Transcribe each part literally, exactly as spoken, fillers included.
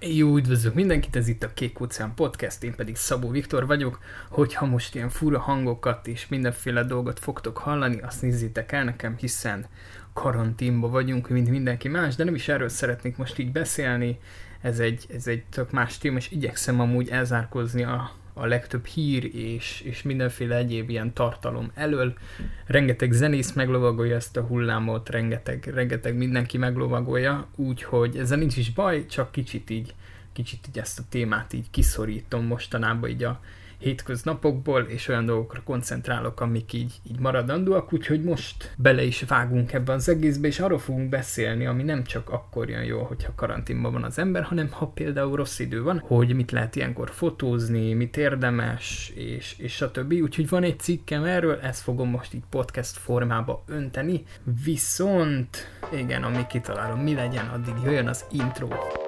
Jó, üdvözlök mindenkit, ez itt a Kék Óceán Podcast, én pedig Szabó Viktor vagyok. Hogyha most ilyen fura hangokat és mindenféle dolgot fogtok hallani, azt nézzétek el nekem, hiszen karanténban vagyunk, mint mindenki más, de nem is erről szeretnék most így beszélni. Ez egy, ez egy tök más téma, és igyekszem amúgy elzárkózni a, a legtöbb hír és, és mindenféle egyéb ilyen tartalom elől. Rengeteg zenész meglovagolja ezt a hullámot, rengeteg, rengeteg mindenki meglovagolja, úgyhogy ezzel nincs is baj, csak kicsit így, kicsit így ezt a témát így kiszorítom mostanában így a hétköznapokból, és olyan dolgokra koncentrálok, amik így, így maradandóak, úgyhogy most bele is vágunk ebbe az egészbe, és arról fogunk beszélni, ami nem csak akkor jön jól, hogyha karanténban van az ember, hanem ha például rossz idő van, hogy mit lehet ilyenkor fotózni, mit érdemes, és, és stb. Úgyhogy van egy cikkem erről, ezt fogom most így podcast formába önteni, viszont igen, amíg kitalálom, mi legyen, addig jöjjön az intro.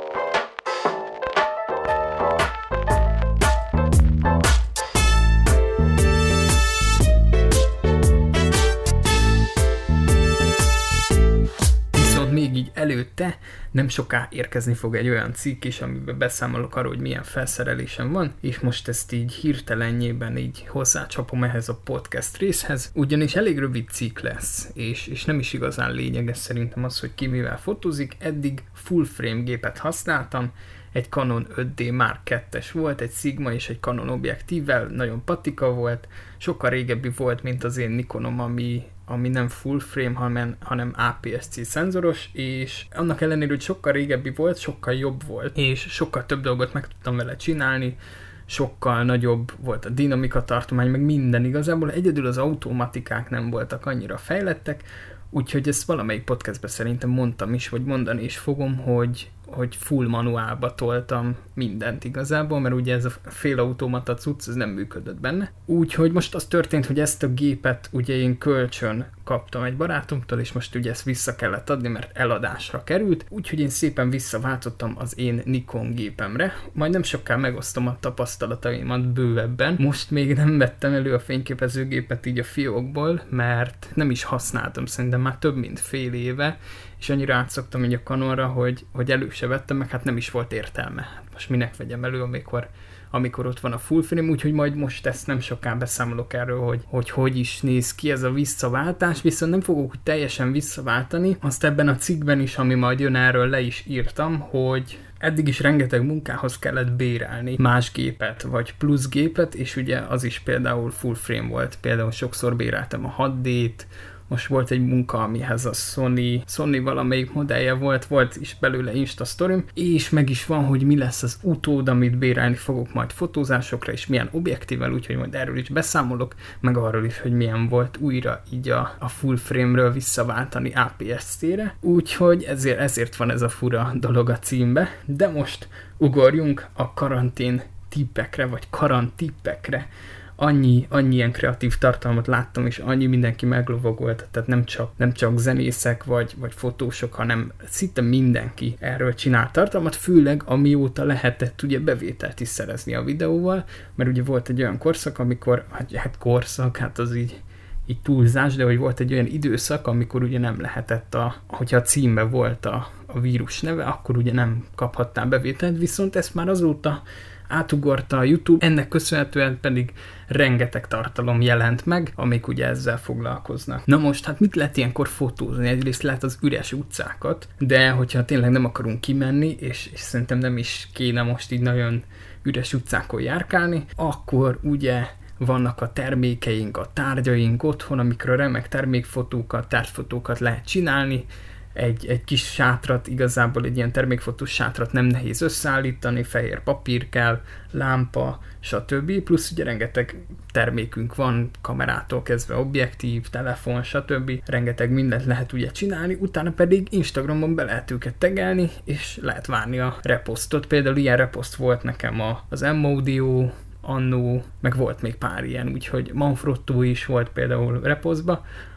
Még így előtte nem soká érkezni fog egy olyan cikk is, amiben beszámolok arról, hogy milyen felszerelésem van, és most ezt így hirtelenjében így hozzácsapom ehhez a podcast részhez, ugyanis elég rövid cikk lesz, és, és nem is igazán lényeges szerintem az, hogy ki mivel fotózik. Eddig full frame gépet használtam, egy Canon öt D Mark kettes volt, egy Sigma és egy Canon objektívvel, nagyon patika volt, sokkal régebbi volt, mint az én Nikonom, ami, ami nem full frame, hanem, hanem á pé es cé szenzoros, és annak ellenére, hogy sokkal régebbi volt, sokkal jobb volt, és sokkal több dolgot meg tudtam vele csinálni, sokkal nagyobb volt a dinamika tartomány, meg minden igazából, egyedül az automatikák nem voltak annyira fejlettek, úgyhogy ezt valamelyik podcastben szerintem mondtam is, vagy mondani is fogom, hogy, hogy full manuálba toltam mindent igazából, mert ugye ez a félautomata cucc, ez nem működött benne. Úgyhogy most az történt, hogy ezt a gépet ugye én kölcsön kaptam egy barátomtól, és most ugye ezt vissza kellett adni, mert eladásra került, úgyhogy én szépen visszaváltottam az én Nikon gépemre. Majd nem sokkal megosztom a tapasztalataimat bővebben. Most még nem vettem elő a fényképezőgépet így a fiókból, mert nem is használtam, szerintem már több mint fél éve, és annyira átszoktam így a Canonra, hogy, hogy elő se vettem, meg hát nem is volt értelme. Hát most minek vegyem elő, amikor, amikor ott van a full frame, úgyhogy majd most ezt nem soká beszámolok erről, hogy, hogy hogy is néz ki ez a visszaváltás, viszont nem fogok úgy teljesen visszaváltani. Azt ebben a cikkben is, ami majd jön, erről le is írtam, hogy eddig is rengeteg munkához kellett bérelni más gépet, vagy plusz gépet, és ugye az is például full frame volt. Például sokszor béreltem a hat D-t, most volt egy munka, amihez a Sony, Sony valamelyik modellje volt, volt is belőle Insta sztorim, és meg is van, hogy mi lesz az utód, amit bérelni fogok majd fotózásokra, és milyen objektívvel, úgyhogy majd erről is beszámolok, meg arról is, hogy milyen volt újra így a, a full frame-ről visszaváltani á pé es cére, úgyhogy ezért, ezért van ez a fura dolog a címbe, de most ugorjunk a karantén tippekre, vagy karantippekre. Annyi, annyi ilyen kreatív tartalmat láttam, és annyi mindenki meglovagolt, tehát nem csak, nem csak zenészek vagy, vagy fotósok, hanem szinte mindenki erről csinál tartalmat, főleg amióta lehetett ugye bevételt is szerezni a videóval, mert ugye volt egy olyan korszak, amikor, hát, hát korszak, hát az így, így túlzás, de hogy volt egy olyan időszak, amikor ugye nem lehetett, a, hogyha a címben volt a, a vírus neve, akkor ugye nem kaphattál bevételt, viszont ezt már azóta átugorta a YouTube, ennek köszönhetően pedig rengeteg tartalom jelent meg, amik ugye ezzel foglalkoznak. Na most, hát mit lehet ilyenkor fotózni? Egyrészt lehet az üres utcákat, de hogyha tényleg nem akarunk kimenni, és, és szerintem nem is kéne most így nagyon üres utcákon járkálni, akkor ugye vannak a termékeink, a tárgyaink otthon, amikről remek termékfotókat, tárgyfotókat lehet csinálni. Egy, egy kis sátrat, igazából egy ilyen termékfotós sátrat nem nehéz összeállítani, fehér papír kell, lámpa, stb. Plusz ugye rengeteg termékünk van, kamerától kezdve objektív, telefon, stb. Rengeteg mindent lehet ugye csinálni, utána pedig Instagramon be lehet őket tegelni, és lehet várni a reposztot. Például ilyen reposzt volt nekem az M-Audio, annó, meg volt még pár ilyen, úgyhogy Manfrotto is volt például reposztba,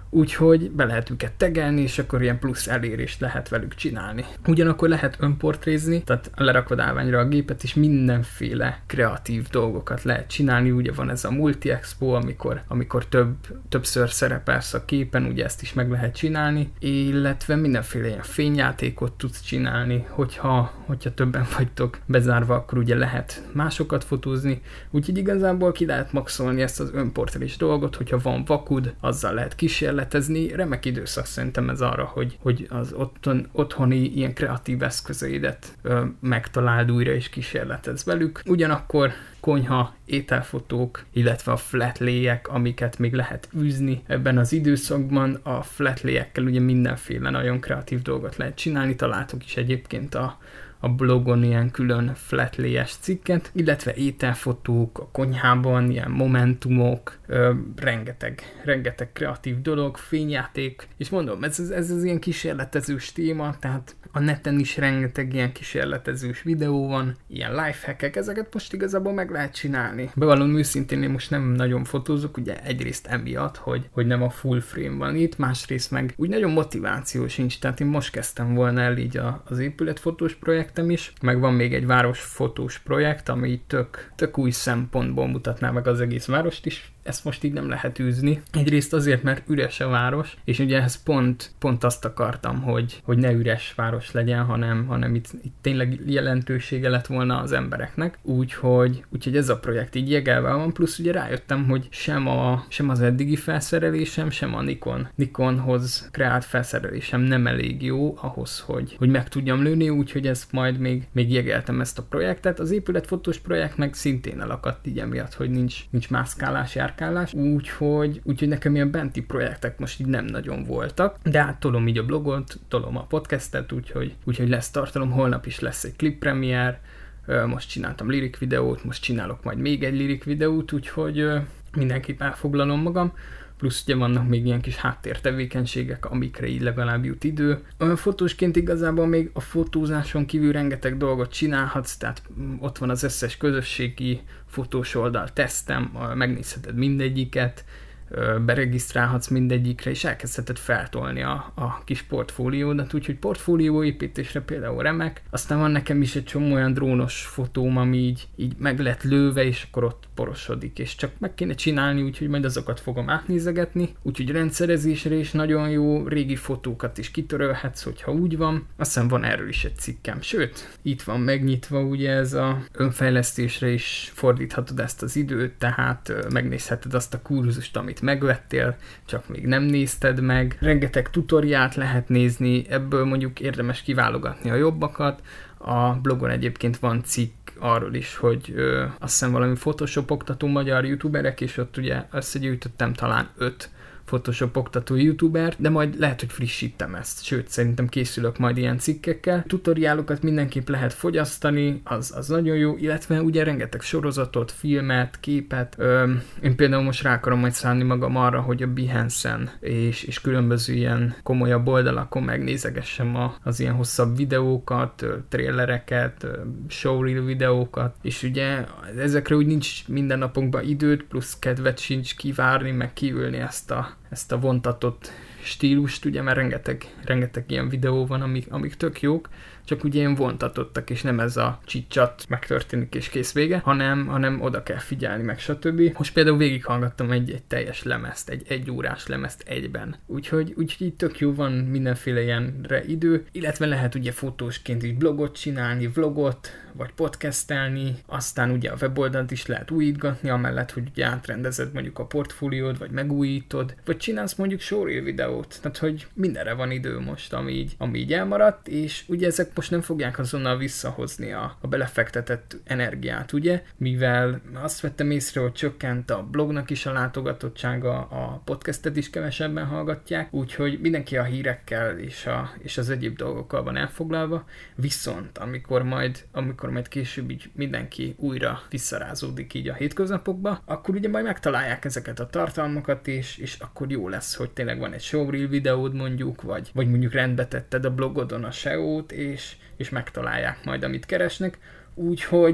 úgyhogy be lehet őket tegelni, és akkor ilyen plusz elérést lehet velük csinálni. Ugyanakkor lehet önportrézni, tehát lerakod állványra a gépet, és mindenféle kreatív dolgokat lehet csinálni. Ugye van ez a multi-expo, amikor, amikor több, többször szerepelsz a képen, ugye ezt is meg lehet csinálni, illetve mindenféle ilyen fényjátékot tudsz csinálni, hogyha, hogyha többen vagytok bezárva, akkor ugye lehet másokat fotózni, úgyhogy igazából ki lehet maxolni ezt az önportrés dolgot, hogyha van vakud, azzal lehet kísérletezni. Remek időszak szerintem ez arra, hogy, hogy az otthon, otthoni ilyen kreatív eszközeidet ö, megtaláld újra és kísérletezz velük. Ugyanakkor konyha, ételfotók, illetve a flatlay-ek, amiket még lehet űzni ebben az időszakban. A flatlay-ekkel ugye mindenféle nagyon kreatív dolgot lehet csinálni, találtok is egyébként a a blogon ilyen külön flatlay-es cikket, illetve ételfotók a konyhában, ilyen momentumok, ö, rengeteg, rengeteg kreatív dolog, fényjáték, és mondom, ez, ez, ez az ilyen kísérletezős téma, tehát a neten is rengeteg ilyen kísérletezős videó van, ilyen lifehackek, ezeket most igazából meg lehet csinálni. Bevallom őszintén, én most nem nagyon fotózok, ugye egyrészt emiatt, hogy, hogy nem a full frame van itt, másrészt meg úgy nagyon motiváció sincs, tehát én most kezdtem volna el így a, az épületfotós projektem is, meg van még egy városfotós projekt, ami tök, tök új szempontból mutatná meg az egész várost is. Ezt most így nem lehet űzni. Egyrészt azért, mert üres a város, és ugye ehhez pont, pont azt akartam, hogy, hogy ne üres város legyen, hanem, hanem itt, itt tényleg jelentősége lett volna az embereknek. Úgyhogy, úgyhogy ez a projekt így jegelve van, plusz ugye rájöttem, hogy sem, a, sem az eddigi felszerelésem, sem a Nikon, Nikonhoz kreált felszerelésem nem elég jó ahhoz, hogy, hogy meg tudjam lőni, úgyhogy ezt majd még, még jegeltem ezt a projektet. Az épületfotós projekt meg szintén elakadt így emiatt, hogy nincs, nincs mászkálás, jár Úgyhogy, úgyhogy nekem ilyen benti projektek most így nem nagyon voltak, de hát tolom így a blogot, tolom a podcastet, úgyhogy, úgyhogy lesz tartalom, holnap is lesz egy klip premier, most csináltam lirik videót, most csinálok majd még egy lirik videót, úgyhogy mindenképp elfoglalom magam, plusz ugye vannak még ilyen kis háttértevékenységek, amikre így legalább jut idő. Olyan fotósként igazából még a fotózáson kívül rengeteg dolgot csinálhatsz, tehát ott van az összes közösségi fotós oldal, tesztem, megnézheted mindegyiket, beregisztrálhatsz mindegyikre, és elkezdheted feltolni a, a kis portfóliódat, úgyhogy portfólióépítésre például remek. Aztán van nekem is egy csomó olyan drónos fotóm, ami így, így meg lett lőve, és akkor ott porosodik, és csak meg kéne csinálni, úgyhogy majd azokat fogom átnézegetni, úgyhogy rendszerezésre is nagyon jó, régi fotókat is kitörölhetsz, hogyha úgy van. Aztán van erről is egy cikkem, sőt, itt van megnyitva ugye ez a önfejlesztésre is fordíthatod ezt az időt, tehát megnézheted azt a kurzust, amit megvettél, csak még nem nézted meg. Rengeteg tutoriált lehet nézni, ebből mondjuk érdemes kiválogatni a jobbakat. A blogon egyébként van cikk arról is, hogy ö, azt hiszem valami Photoshop oktató magyar youtuberek, és ott ugye összegyűjtöttem talán öt Photoshop oktató youtuber, de majd lehet, hogy frissítem ezt, sőt, szerintem készülök majd ilyen cikkekkel. Tutoriálokat mindenképp lehet fogyasztani, az, az nagyon jó, illetve ugye rengeteg sorozatot, filmet, képet. Ö, én például most rá akarom majd szállni magam arra, hogy a Behance-en és, és különböző ilyen komolyabb oldalakon megnézegessem a, az ilyen hosszabb videókat, trailereket, showreel videókat, és ugye ezekre úgy nincs mindennapokban időt, plusz kedvet sincs kivárni, meg kiülni ezt a ezt a vontatott stílust, ugye, mert rengeteg, rengeteg ilyen videó van, amik, amik tök jók, csak ugye ilyen vontatottak, és nem ez a csicsat megtörténik és kész vége, hanem, hanem oda kell figyelni, meg stb. Most például végighallgattam egy, egy teljes lemezt, egy egy órás lemezt egyben. Úgyhogy, úgyhogy így tök jó, van mindenféle ilyenre idő, illetve lehet ugye fotósként is blogot csinálni, vlogot, vagy podcastelni, aztán ugye a weboldalt is lehet újítgatni, amellett, hogy ugye átrendezed mondjuk a portfóliód, vagy megújítod, vagy csinálsz mondjuk showreel videót, tehát hogy mindenre van idő most, ami így, ami így elmaradt, és ugye ezek most nem fogják azonnal visszahozni a, a belefektetett energiát, ugye, mivel azt vettem észre, hogy csökkent a blognak is a látogatottsága, a podcastet is kevesebben hallgatják, úgyhogy mindenki a hírekkel és, a, és az egyéb dolgokkal van elfoglalva, viszont amikor majd, amikor majd később így mindenki újra visszarázódik így a hétköznapokba, akkor ugye majd megtalálják ezeket a tartalmakat, és, és akkor jó lesz, hogy tényleg van egy showreel videód mondjuk, vagy, vagy mondjuk rendbe tetted a blogodon a es e o-t, és, és megtalálják majd, amit keresnek. Úgyhogy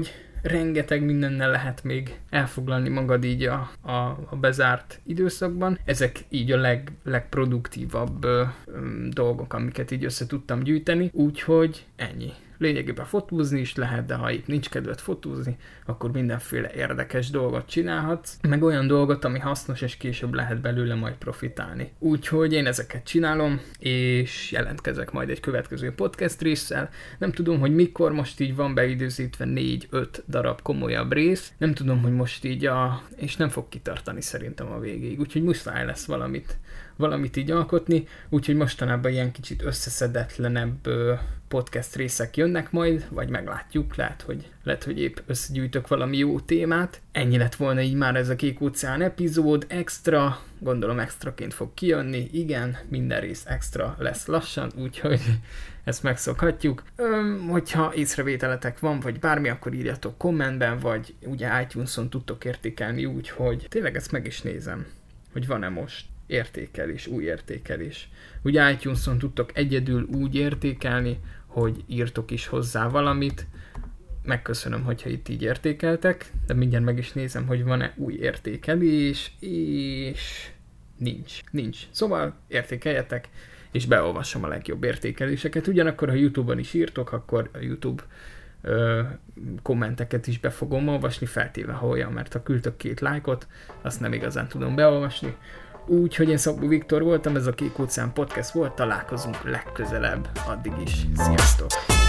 rengeteg mindennel lehet még elfoglalni magad így a, a, a bezárt időszakban. Ezek így a leg, legproduktívabb ö, ö, dolgok, amiket így össze tudtam gyűjteni, úgyhogy ennyi. Lényegében fotózni is lehet, de ha itt nincs kedved fotózni, akkor mindenféle érdekes dolgot csinálhatsz, meg olyan dolgot, ami hasznos, és később lehet belőle majd profitálni. Úgyhogy én ezeket csinálom, és jelentkezek majd egy következő podcast résszel. Nem tudom, hogy mikor, most így van beidőzítve négy-öt darab komolyabb rész. Nem tudom, hogy most így a... és nem fog kitartani szerintem a végéig, úgyhogy muszáj lesz valamit, valamit így alkotni, úgyhogy mostanában ilyen kicsit összeszedetlenebb podcast részek jönnek majd, vagy meglátjuk, lehet, hogy, lehet, hogy épp összegyűjtök valami jó témát. Ennyi lett volna így már ez a Kék Óceán epizód, extra, gondolom extraként fog kijönni, igen, minden rész extra lesz lassan, úgyhogy ezt megszokhatjuk. Öm, hogyha észrevételetek van, vagy bármi, akkor írjatok kommentben, vagy ugye iTunes-on tudtok értékelni úgy, hogy tényleg ezt meg is nézem, hogy van-e most értékelés, új értékelés. Ugye iTunes-on tudtok egyedül úgy értékelni, hogy írtok is hozzá valamit. Megköszönöm, hogyha itt így értékeltek, de mindjárt meg is nézem, hogy van-e új értékelés, és nincs. Nincs. Szóval értékeljetek, és beolvasom a legjobb értékeléseket. Ugyanakkor, ha YouTube-on is írtok, akkor a YouTube ö, kommenteket is be fogom olvasni, feltéve ha olyan, mert ha küldtök két lájkot, azt nem igazán tudom beolvasni. Úgyhogy én Szabó Viktor voltam, ez a Kék Óceán Podcast volt, találkozunk legközelebb, addig is, sziasztok!